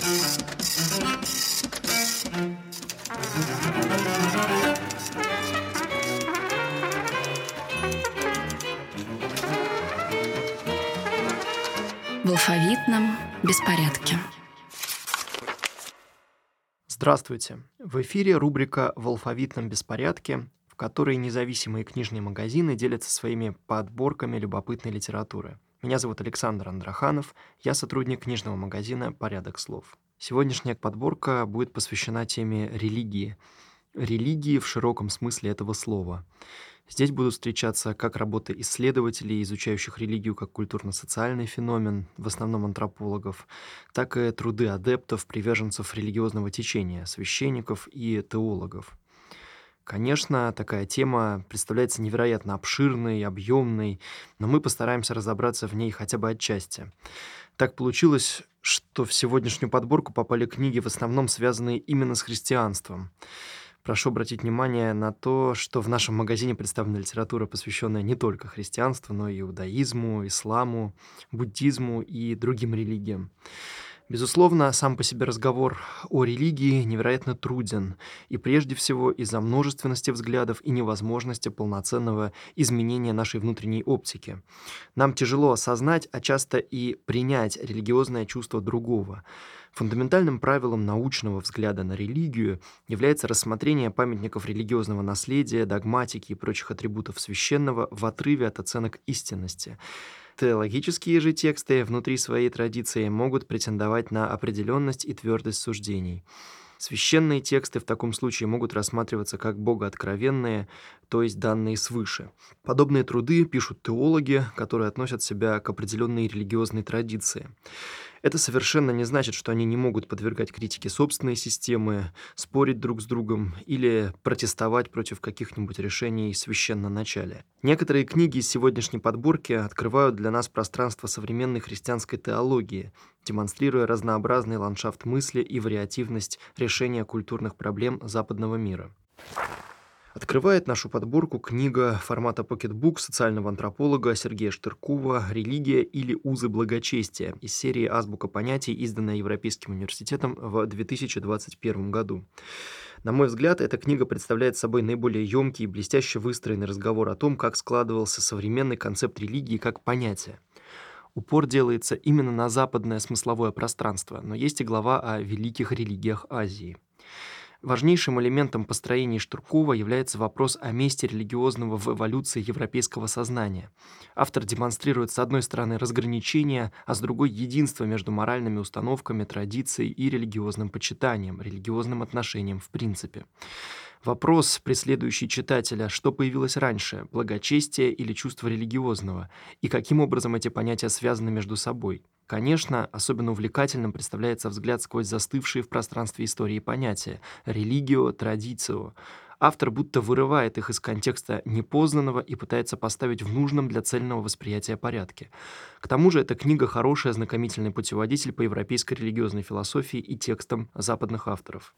В алфавитном беспорядке. Здравствуйте! В эфире рубрика «В алфавитном беспорядке», в которой независимые книжные магазины делятся своими подборками любопытной литературы. Меня зовут Александр Андраханов, я сотрудник книжного магазина «Порядок слов». Сегодняшняя подборка будет посвящена теме религии. Религии в широком смысле этого слова. Здесь будут встречаться как работы исследователей, изучающих религию как культурно-социальный феномен, в основном антропологов, так и труды адептов, приверженцев религиозного течения, священников и теологов. Конечно, такая тема представляется невероятно обширной, объемной, но мы постараемся разобраться в ней хотя бы отчасти. Так получилось, что в сегодняшнюю подборку попали книги, в основном связанные именно с христианством. Прошу обратить внимание на то, что в нашем магазине представлена литература, посвященная не только христианству, но и иудаизму, исламу, буддизму и другим религиям. Безусловно, сам по себе разговор о религии невероятно труден, и прежде всего из-за множественности взглядов и невозможности полноценного изменения нашей внутренней оптики. Нам тяжело осознать, а часто и принять религиозное чувство другого. Фундаментальным правилом научного взгляда на религию является рассмотрение памятников религиозного наследия, догматики и прочих атрибутов священного в отрыве от оценок истинности. Теологические же тексты внутри своей традиции могут претендовать на определенность и твердость суждений. Священные тексты в таком случае могут рассматриваться как богооткровенные, то есть данные свыше. Подобные труды пишут теологи, которые относят себя к определенной религиозной традиции. Это совершенно не значит, что они не могут подвергать критике собственной системы, спорить друг с другом или протестовать против каких-нибудь решений священноначалия. Некоторые книги из сегодняшней подборки открывают для нас пространство современной христианской теологии, демонстрируя разнообразный ландшафт мысли и вариативность решения культурных проблем западного мира. Открывает нашу подборку книга формата покетбук социального антрополога Сергея Штыркова «Религия или узы благочестия» из серии «Азбука понятий», изданная Европейским университетом в 2021 году. На мой взгляд, эта книга представляет собой наиболее емкий и блестяще выстроенный разговор о том, как складывался современный концепт религии как понятия. Упор делается именно на западное смысловое пространство, но есть и глава о великих религиях Азии. Важнейшим элементом построения Штыркова является вопрос о месте религиозного в эволюции европейского сознания. Автор демонстрирует, с одной стороны, разграничение, а с другой – единство между моральными установками, традицией и религиозным почитанием, религиозным отношением в принципе. Вопрос, преследующий читателя, что появилось раньше – благочестие или чувство религиозного, и каким образом эти понятия связаны между собой. Конечно, особенно увлекательным представляется взгляд сквозь застывшие в пространстве истории понятия – религио, традицио. Автор будто вырывает их из контекста непознанного и пытается поставить в нужном для цельного восприятия порядке. К тому же эта книга – хороший ознакомительный путеводитель по европейской религиозной философии и текстам западных авторов.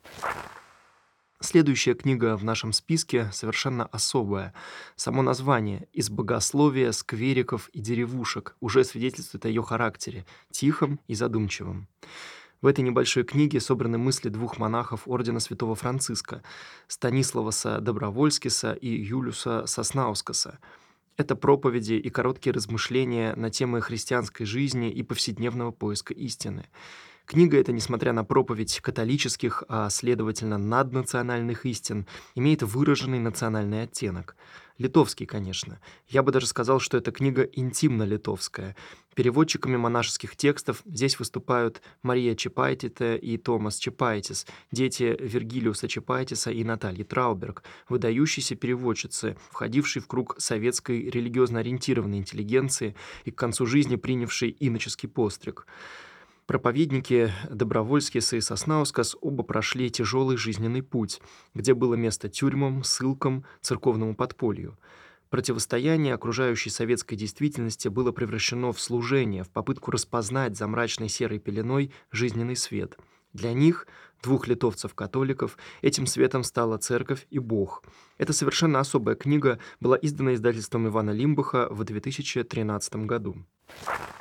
Следующая книга в нашем списке совершенно особая. Само название «Из богословия, сквериков и деревушек» уже свидетельствует о ее характере – тихом и задумчивом. В этой небольшой книге собраны мысли двух монахов ордена святого Франциска – Станиславаса Добровольскиса и Юлиуса Соснаускаса. Это проповеди и короткие размышления на темы христианской жизни и повседневного поиска истины. Книга эта, несмотря на проповедь католических, а следовательно наднациональных истин, имеет выраженный национальный оттенок. Литовский, конечно. Я бы даже сказал, что эта книга интимно-литовская. Переводчиками монашеских текстов здесь выступают Мария Чапаитите и Томас Чапаитис, дети Вергилиуса Чапаитиса и Натальи Трауберг, выдающиеся переводчицы, входившие в круг советской религиозно ориентированной интеллигенции и к концу жизни принявшей иноческий постриг. Проповедники Добровольскис и Соснаускас оба прошли тяжелый жизненный путь, где было место тюрьмам, ссылкам, церковному подполью. Противостояние окружающей советской действительности было превращено в служение, в попытку распознать за мрачной серой пеленой жизненный свет. Для них, двух литовцев-католиков, этим светом стала церковь и Бог. Эта совершенно особая книга была издана издательством Ивана Лимбаха в 2013 году.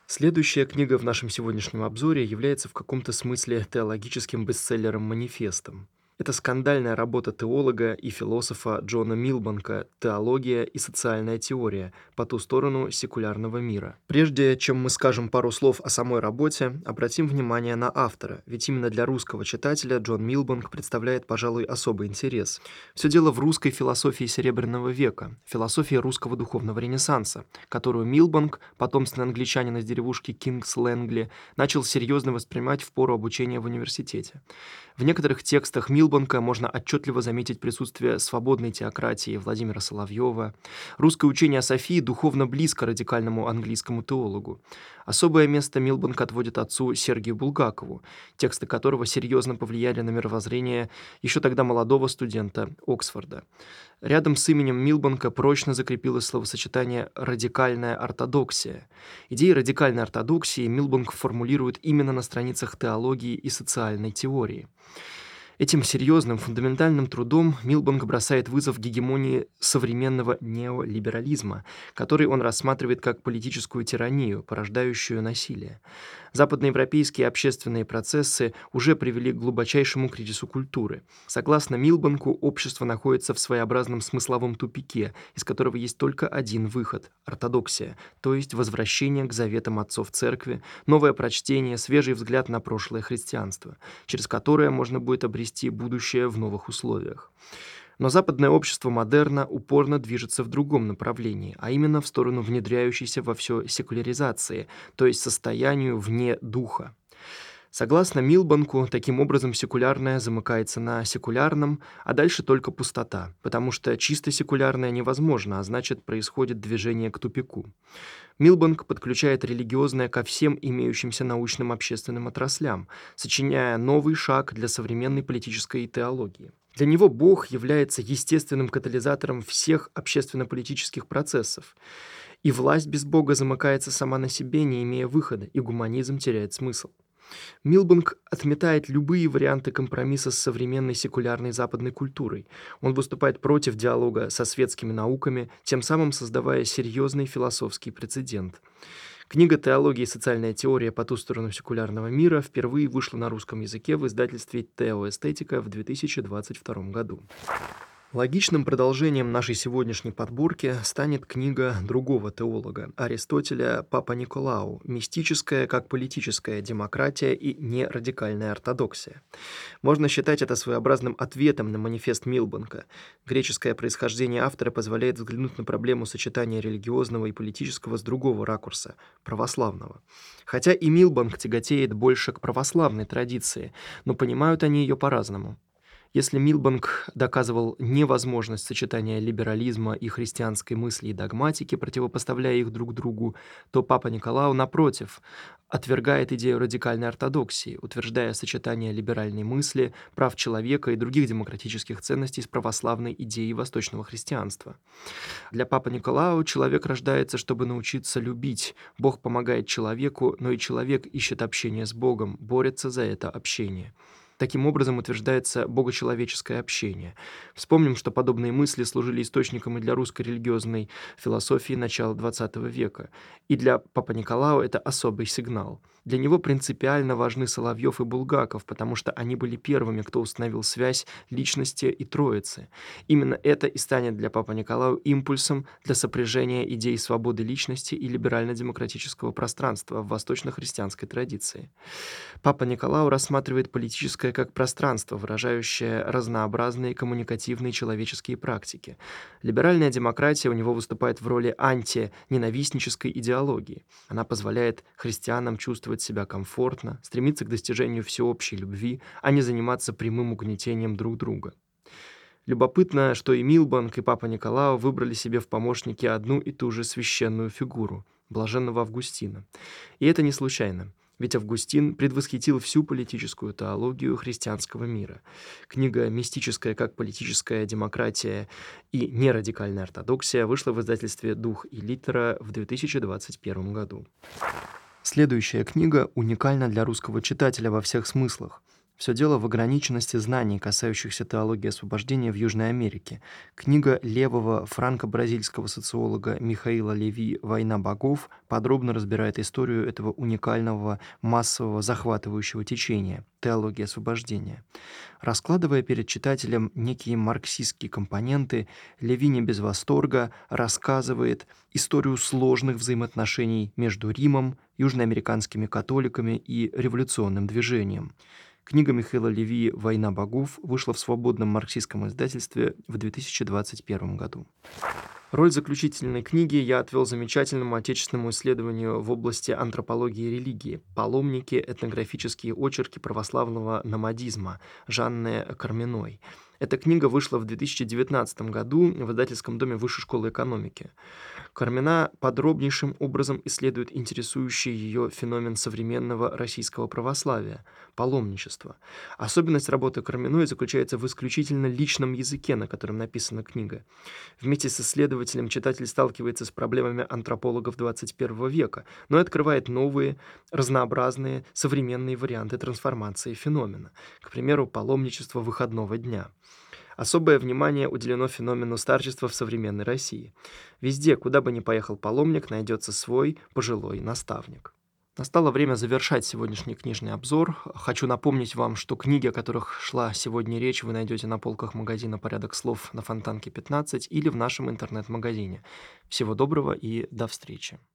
Следующая книга в нашем сегодняшнем обзоре является в каком-то смысле теологическим бестселлером-манифестом. Это скандальная работа теолога и философа Джона Милбанка «Теология и социальная теория. По ту сторону секулярного мира». Прежде чем мы скажем пару слов о самой работе, обратим внимание на автора, ведь именно для русского читателя Джон Милбанк представляет, пожалуй, особый интерес. Все дело в русской философии Серебряного века, философии русского духовного ренессанса, которую Милбанк, потомственный англичанин из деревушки Кингс-Лэнгли, начал серьезно воспринимать в пору обучения в университете. В некоторых текстах Милбанка можно отчетливо заметить присутствие свободной теократии Владимира Соловьева. Русское учение о Софии духовно близко радикальному английскому теологу. Особое место Милбанк отводит отцу Сергию Булгакову, тексты которого серьезно повлияли на мировоззрение еще тогда молодого студента Оксфорда. Рядом с именем Милбанка прочно закрепилось словосочетание «радикальная ортодоксия». Идеи радикальной ортодоксии Милбанк формулирует именно на страницах теологии и социальной теории. Этим серьезным фундаментальным трудом Милбанк бросает вызов гегемонии современного неолиберализма, который он рассматривает как политическую тиранию, порождающую насилие. Западноевропейские общественные процессы уже привели к глубочайшему кризису культуры. Согласно Милбанку, общество находится в своеобразном смысловом тупике, из которого есть только один выход – ортодоксия, то есть возвращение к заветам отцов церкви, новое прочтение, свежий взгляд на прошлое христианство, через которое можно будет обрести будущее в новых условиях. Но западное общество модерна упорно движется в другом направлении, а именно в сторону внедряющейся во все секуляризации, то есть состоянию вне духа. Согласно Милбанку, таким образом секулярное замыкается на секулярном, а дальше только пустота, потому что чисто секулярное невозможно, а значит, происходит движение к тупику. Милбанк подключает религиозное ко всем имеющимся научным общественным отраслям, сочиняя новый шаг для современной политической теологии. Для него Бог является естественным катализатором всех общественно-политических процессов. И власть без Бога замыкается сама на себе, не имея выхода, и гуманизм теряет смысл. Милбанк отметает любые варианты компромисса с современной секулярной западной культурой. Он выступает против диалога со светскими науками, тем самым создавая серьезный философский прецедент. Книга «Теология и социальная теория. По ту сторону секулярного мира» впервые вышла на русском языке в издательстве «Теоэстетика» в 2022 году. Логичным продолжением нашей сегодняшней подборки станет книга другого теолога, Аристотеля Папаниколау «Мистическая как политическая демократия и нерадикальная ортодоксия». Можно считать это своеобразным ответом на манифест Милбанка. Греческое происхождение автора позволяет взглянуть на проблему сочетания религиозного и политического с другого ракурса – православного. Хотя и Милбанк тяготеет больше к православной традиции, но понимают они ее по-разному. Если Милбанк доказывал невозможность сочетания либерализма и христианской мысли и догматики, противопоставляя их друг другу, то Папаниколау, напротив, отвергает идею радикальной ортодоксии, утверждая сочетание либеральной мысли, прав человека и других демократических ценностей с православной идеей восточного христианства. Для Папаниколау человек рождается, чтобы научиться любить. Бог помогает человеку, но и человек ищет общение с Богом, борется за это общение. Таким образом утверждается богочеловеческое общение. Вспомним, что подобные мысли служили источником и для русской религиозной философии начала XX века. И для Папаниколау это особый сигнал. Для него принципиально важны Соловьев и Булгаков, потому что они были первыми, кто установил связь личности и Троицы. Именно это и станет для Папаниколау импульсом для сопряжения идей свободы личности и либерально-демократического пространства в восточно-христианской традиции. Папаниколау рассматривает политическое как пространство, выражающее разнообразные коммуникативные человеческие практики. Либеральная демократия у него выступает в роли антиненавистнической идеологии. Она позволяет христианам чувствовать себя комфортно, стремиться к достижению всеобщей любви, а не заниматься прямым угнетением друг друга. Любопытно, что и Милбанк, и Папаниколау выбрали себе в помощники одну и ту же священную фигуру – блаженного Августина. И это не случайно. Ведь Августин предвосхитил всю политическую теологию христианского мира. Книга «Мистическая как политическая демократия и нерадикальная ортодоксия» вышла в издательстве «Дух и литера» в 2021 году. Следующая книга уникальна для русского читателя во всех смыслах. Все дело в ограниченности знаний, касающихся теологии освобождения в Южной Америке. Книга левого франко-бразильского социолога Михаила Леви «Война богов» подробно разбирает историю этого уникального, массового, захватывающего течения – теологии освобождения. Раскладывая перед читателем некие марксистские компоненты, Леви не без восторга рассказывает историю сложных взаимоотношений между Римом, южноамериканскими католиками и революционным движением. Книга Михаила Леви «Война богов» вышла в свободном марксистском издательстве в 2021 году. Роль заключительной книги я отвел замечательному отечественному исследованию в области антропологии и религии «Паломники. Этнографические очерки православного номадизма» Жанны Карминой. Эта книга вышла в 2019 году в издательском доме Высшей школы экономики. Кармина подробнейшим образом исследует интересующий ее феномен современного российского православия – паломничества. Особенность работы Карминой заключается в исключительно личном языке, на котором написана книга. Вместе с исследователем читатель сталкивается с проблемами антропологов XXI века, но и открывает новые, разнообразные, современные варианты трансформации феномена. К примеру, паломничество выходного дня. Особое внимание уделено феномену старчества в современной России. Везде, куда бы ни поехал паломник, найдется свой пожилой наставник. Настало время завершать сегодняшний книжный обзор. Хочу напомнить вам, что книги, о которых шла сегодня речь, вы найдете на полках магазина «Порядок слов» на Фонтанке 15 или в нашем интернет-магазине. Всего доброго и до встречи.